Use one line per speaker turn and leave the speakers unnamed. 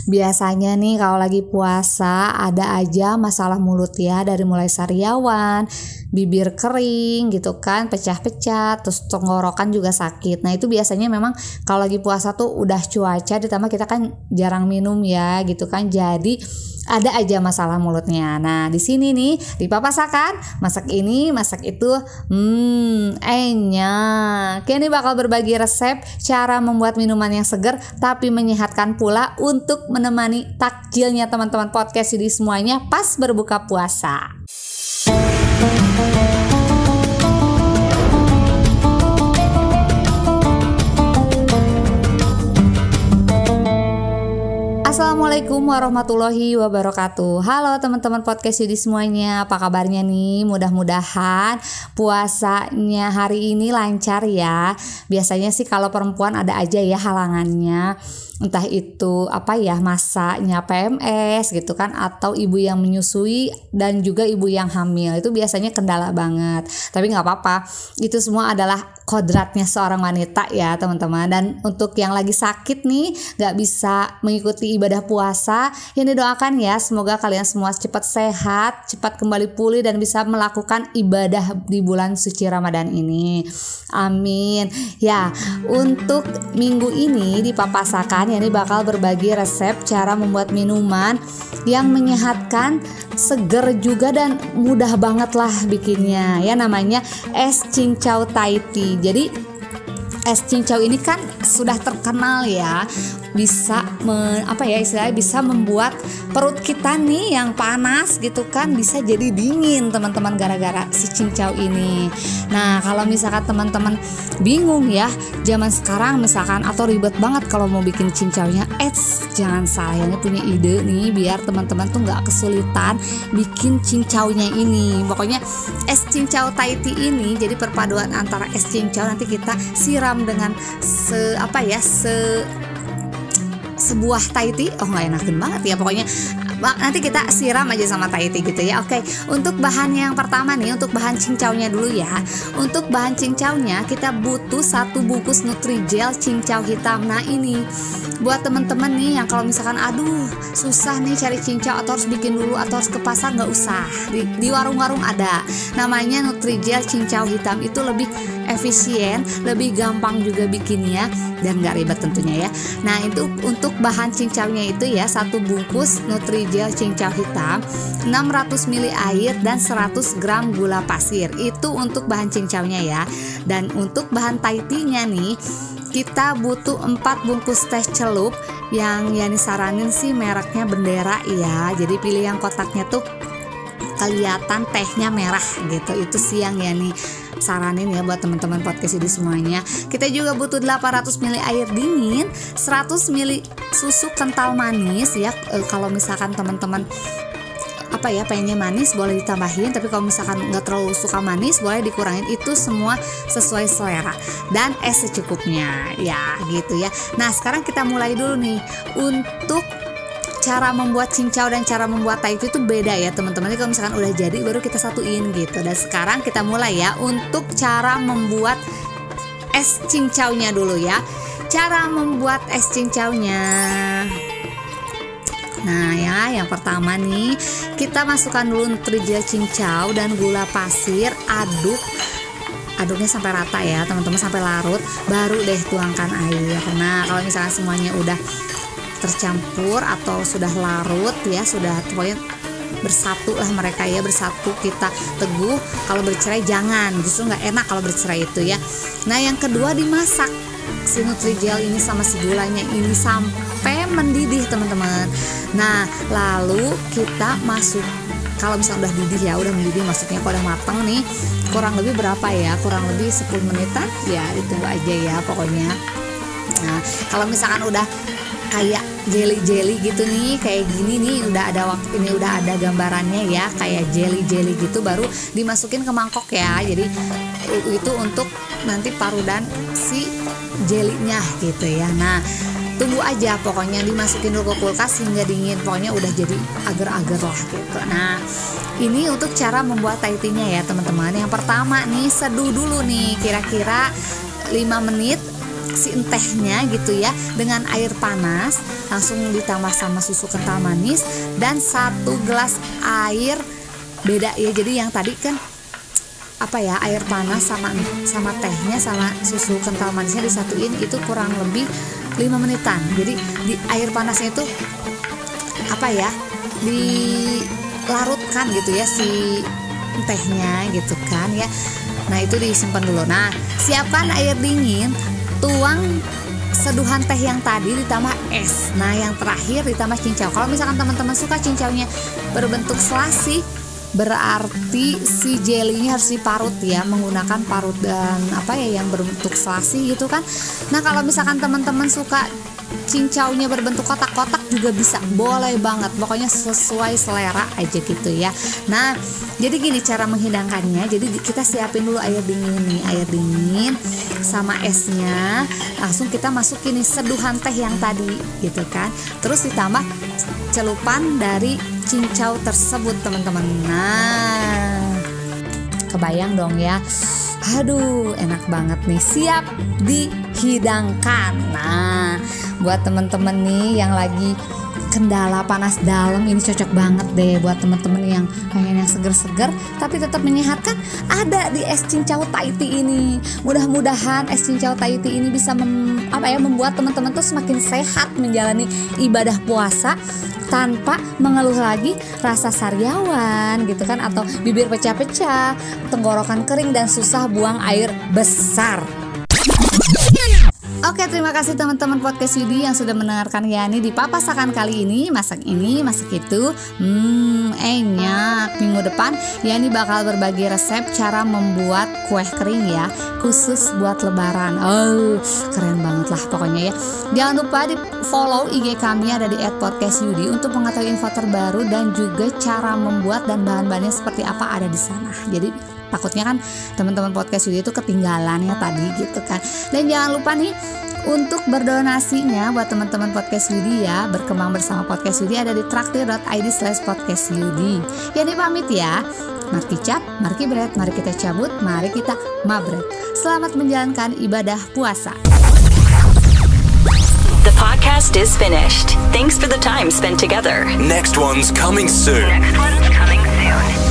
Biasanya nih kalau lagi puasa ada aja masalah mulut ya, dari mulai sariawan, bibir kering gitu kan, pecah-pecah, terus tenggorokan juga sakit. Nah itu biasanya memang kalau lagi puasa tuh udah cuaca, ditambah kita kan jarang minum ya gitu kan, jadi ada aja masalah mulutnya. Nah di sini nih di Papasakan masak ini masak itu, enak. Kini bakal berbagi resep cara membuat minuman yang segar tapi menyehatkan pula untuk menemani takjilnya teman-teman podcast ini semuanya pas berbuka puasa. Assalamualaikum warahmatullahi wabarakatuh. Halo teman-teman podcast Yudi semuanya, apa kabarnya nih? Mudah-mudahan puasanya hari ini lancar ya. Biasanya sih kalau perempuan ada aja ya halangannya, entah itu masanya PMS gitu kan, atau ibu yang menyusui dan juga ibu yang hamil, itu biasanya kendala banget. Tapi nggak apa-apa, itu semua adalah kodratnya seorang wanita ya teman-teman. Dan untuk yang lagi sakit nih nggak bisa mengikuti ibadah puasa, yang didoakan ya semoga kalian semua cepat sehat, cepat kembali pulih dan bisa melakukan ibadah di bulan suci Ramadan ini. Amin. Ya, untuk minggu ini di Papasakan ini bakal berbagi resep cara membuat minuman yang menyehatkan, seger juga dan mudah banget lah bikinnya. Ya namanya es cincau Thai tea. Jadi es cincau ini kan sudah terkenal ya, bisa bisa membuat perut kita nih yang panas gitu kan bisa jadi dingin teman-teman gara-gara si cincau ini. Nah kalau misalkan teman-teman bingung ya zaman sekarang misalkan atau ribet banget kalau mau bikin cincaunya, jangan salah, ini punya ide nih biar teman-teman tuh nggak kesulitan bikin cincaunya ini. Pokoknya es cincau Thai tea ini jadi perpaduan antara es cincau, nanti kita siram dengan sebuah Thai tea. Nggak enakin banget ya, pokoknya nanti kita siram aja sama Thai tea gitu ya. Oke, untuk bahan yang pertama nih, untuk bahan cincaunya dulu ya. Untuk bahan cincaunya kita butuh 1 bungkus Nutrijel cincau hitam. Nah ini buat teman-teman nih yang kalau misalkan susah nih cari cincau atau harus bikin dulu atau harus ke pasar, nggak usah, di warung-warung ada namanya Nutrijel cincau hitam. Itu lebih efisien, lebih gampang juga bikinnya dan nggak ribet tentunya ya. Nah itu untuk bahan cincaunya itu ya, 1 bungkus Nutrijel cincau hitam, 600 ml air dan 100 gram gula pasir. Itu untuk bahan cincaunya ya. Dan untuk bahan Thai tea-nya nih kita butuh 4 bungkus teh celup yang Yani saranin sih mereknya Bendera ya. Jadi pilih yang kotaknya tuh kelihatan tehnya merah gitu. Itu sih yang Yani saranin ya buat teman-teman podcast ini semuanya. Kita juga butuh 800 ml air dingin, 100 ml susu kental manis ya. Kalau misalkan teman-teman pengennya manis boleh ditambahin, tapi kalau misalkan nggak terlalu suka manis boleh dikurangin. Itu semua sesuai selera, dan es secukupnya ya gitu ya. Nah sekarang kita mulai dulu nih. Untuk cara membuat cincau dan cara membuat Thai itu beda ya teman-teman. Kalau misalkan udah jadi baru kita satuin gitu. Dan sekarang kita mulai ya untuk cara membuat es cincaunya dulu ya. Cara membuat es cincaunya. Nah ya, yang pertama nih kita masukkan dulu Nutrijel cincau dan gula pasir, aduknya sampai rata ya teman-teman, sampai larut, baru deh tuangkan air. Nah kalau misalnya semuanya udah tercampur atau sudah larut ya, sudah pokoknya bersatu lah mereka ya, bersatu kita teguh. Kalau bercerai jangan, justru nggak enak kalau bercerai itu ya. Nah yang kedua dimasak si Nutrijel ini sama si gulanya ini sampai mendidih teman-teman. Nah lalu kita masuk, kalau misalnya udah didih ya, udah mendidih maksudnya kalau udah matang nih, kurang lebih berapa ya, kurang lebih 10 menitan ya, ditunggu aja ya pokoknya. Nah kalau misalkan udah kayak jelly gitu nih, kayak gini nih, udah ada waktu ini, udah ada gambarannya ya, kayak jelly gitu, baru dimasukin ke mangkok ya. Jadi itu untuk nanti parudan si jelinya gitu ya. Nah tunggu aja pokoknya, dimasukin dulu ke kulkas hingga dingin, pokoknya udah jadi agar-agar lah gitu. Nah ini untuk cara membuat Thai tea-nya ya teman-teman. Yang pertama nih, seduh dulu nih kira-kira 5 menit si tehnya gitu ya dengan air panas, langsung ditambah sama susu kental manis dan 1 gelas air. Beda ya, jadi yang tadi kan air panas sama tehnya sama susu kental manisnya disatuin itu kurang lebih 5 menitan. Jadi di air panasnya itu dilarutkan gitu ya si tehnya gitu kan ya. Nah itu disimpan dulu. Nah siapkan air dingin, tuang seduhan teh yang tadi ditambah es. Nah yang terakhir ditambah cincau. Kalau misalkan teman-teman suka cincaunya berbentuk selasi, berarti si jelinya harus diparut ya, menggunakan parut dan yang berbentuk selasi gitu kan. Nah kalau misalkan teman-teman suka cincaunya berbentuk kotak-kotak juga bisa, boleh banget, pokoknya sesuai selera aja gitu ya. Nah jadi gini cara menghidangkannya. Jadi kita siapin dulu air dingin sama esnya, langsung kita masukin nih seduhan teh yang tadi gitu kan, terus ditambah celupan dari cincau tersebut teman-teman. Nah kebayang dong ya, aduh enak banget nih, siap dihidangkan. Nah buat teman-teman nih yang lagi kendala panas dalam, ini cocok banget deh buat teman-teman yang pengen yang seger-seger tapi tetap menyehatkan. Ada di es cincau Thai tea ini. Mudah-mudahan es cincau Thai tea ini bisa membuat teman-teman tuh semakin sehat menjalani ibadah puasa tanpa mengeluh lagi rasa sariawan gitu kan, atau bibir pecah-pecah, tenggorokan kering dan susah buang air besar. Oke, terima kasih teman-teman podcast Yudi yang sudah mendengarkan Yani di papasakan kali ini. Masak ini, masak itu, enak. Minggu depan Yani bakal berbagi resep cara membuat kue kering ya, khusus buat lebaran. Oh, keren banget lah pokoknya ya. Jangan lupa di follow IG kami ada di @podcastyudi untuk mengetahui info terbaru dan juga cara membuat dan bahan-bahannya seperti apa ada di sana. Jadi takutnya kan teman-teman podcast Yudi itu ketinggalan ya tadi gitu kan. Dan jangan lupa nih untuk berdonasinya buat teman-teman podcast Yudi ya, berkembang bersama podcast Yudi ada di traktir.id/podcastyudi. Yani pamit ya. Mari cap, mari bread, mari kita cabut, mari kita mabret. Selamat menjalankan ibadah puasa.
The podcast is finished. Thanks for the time spent together.
Next one's coming soon.
Next one's coming soon.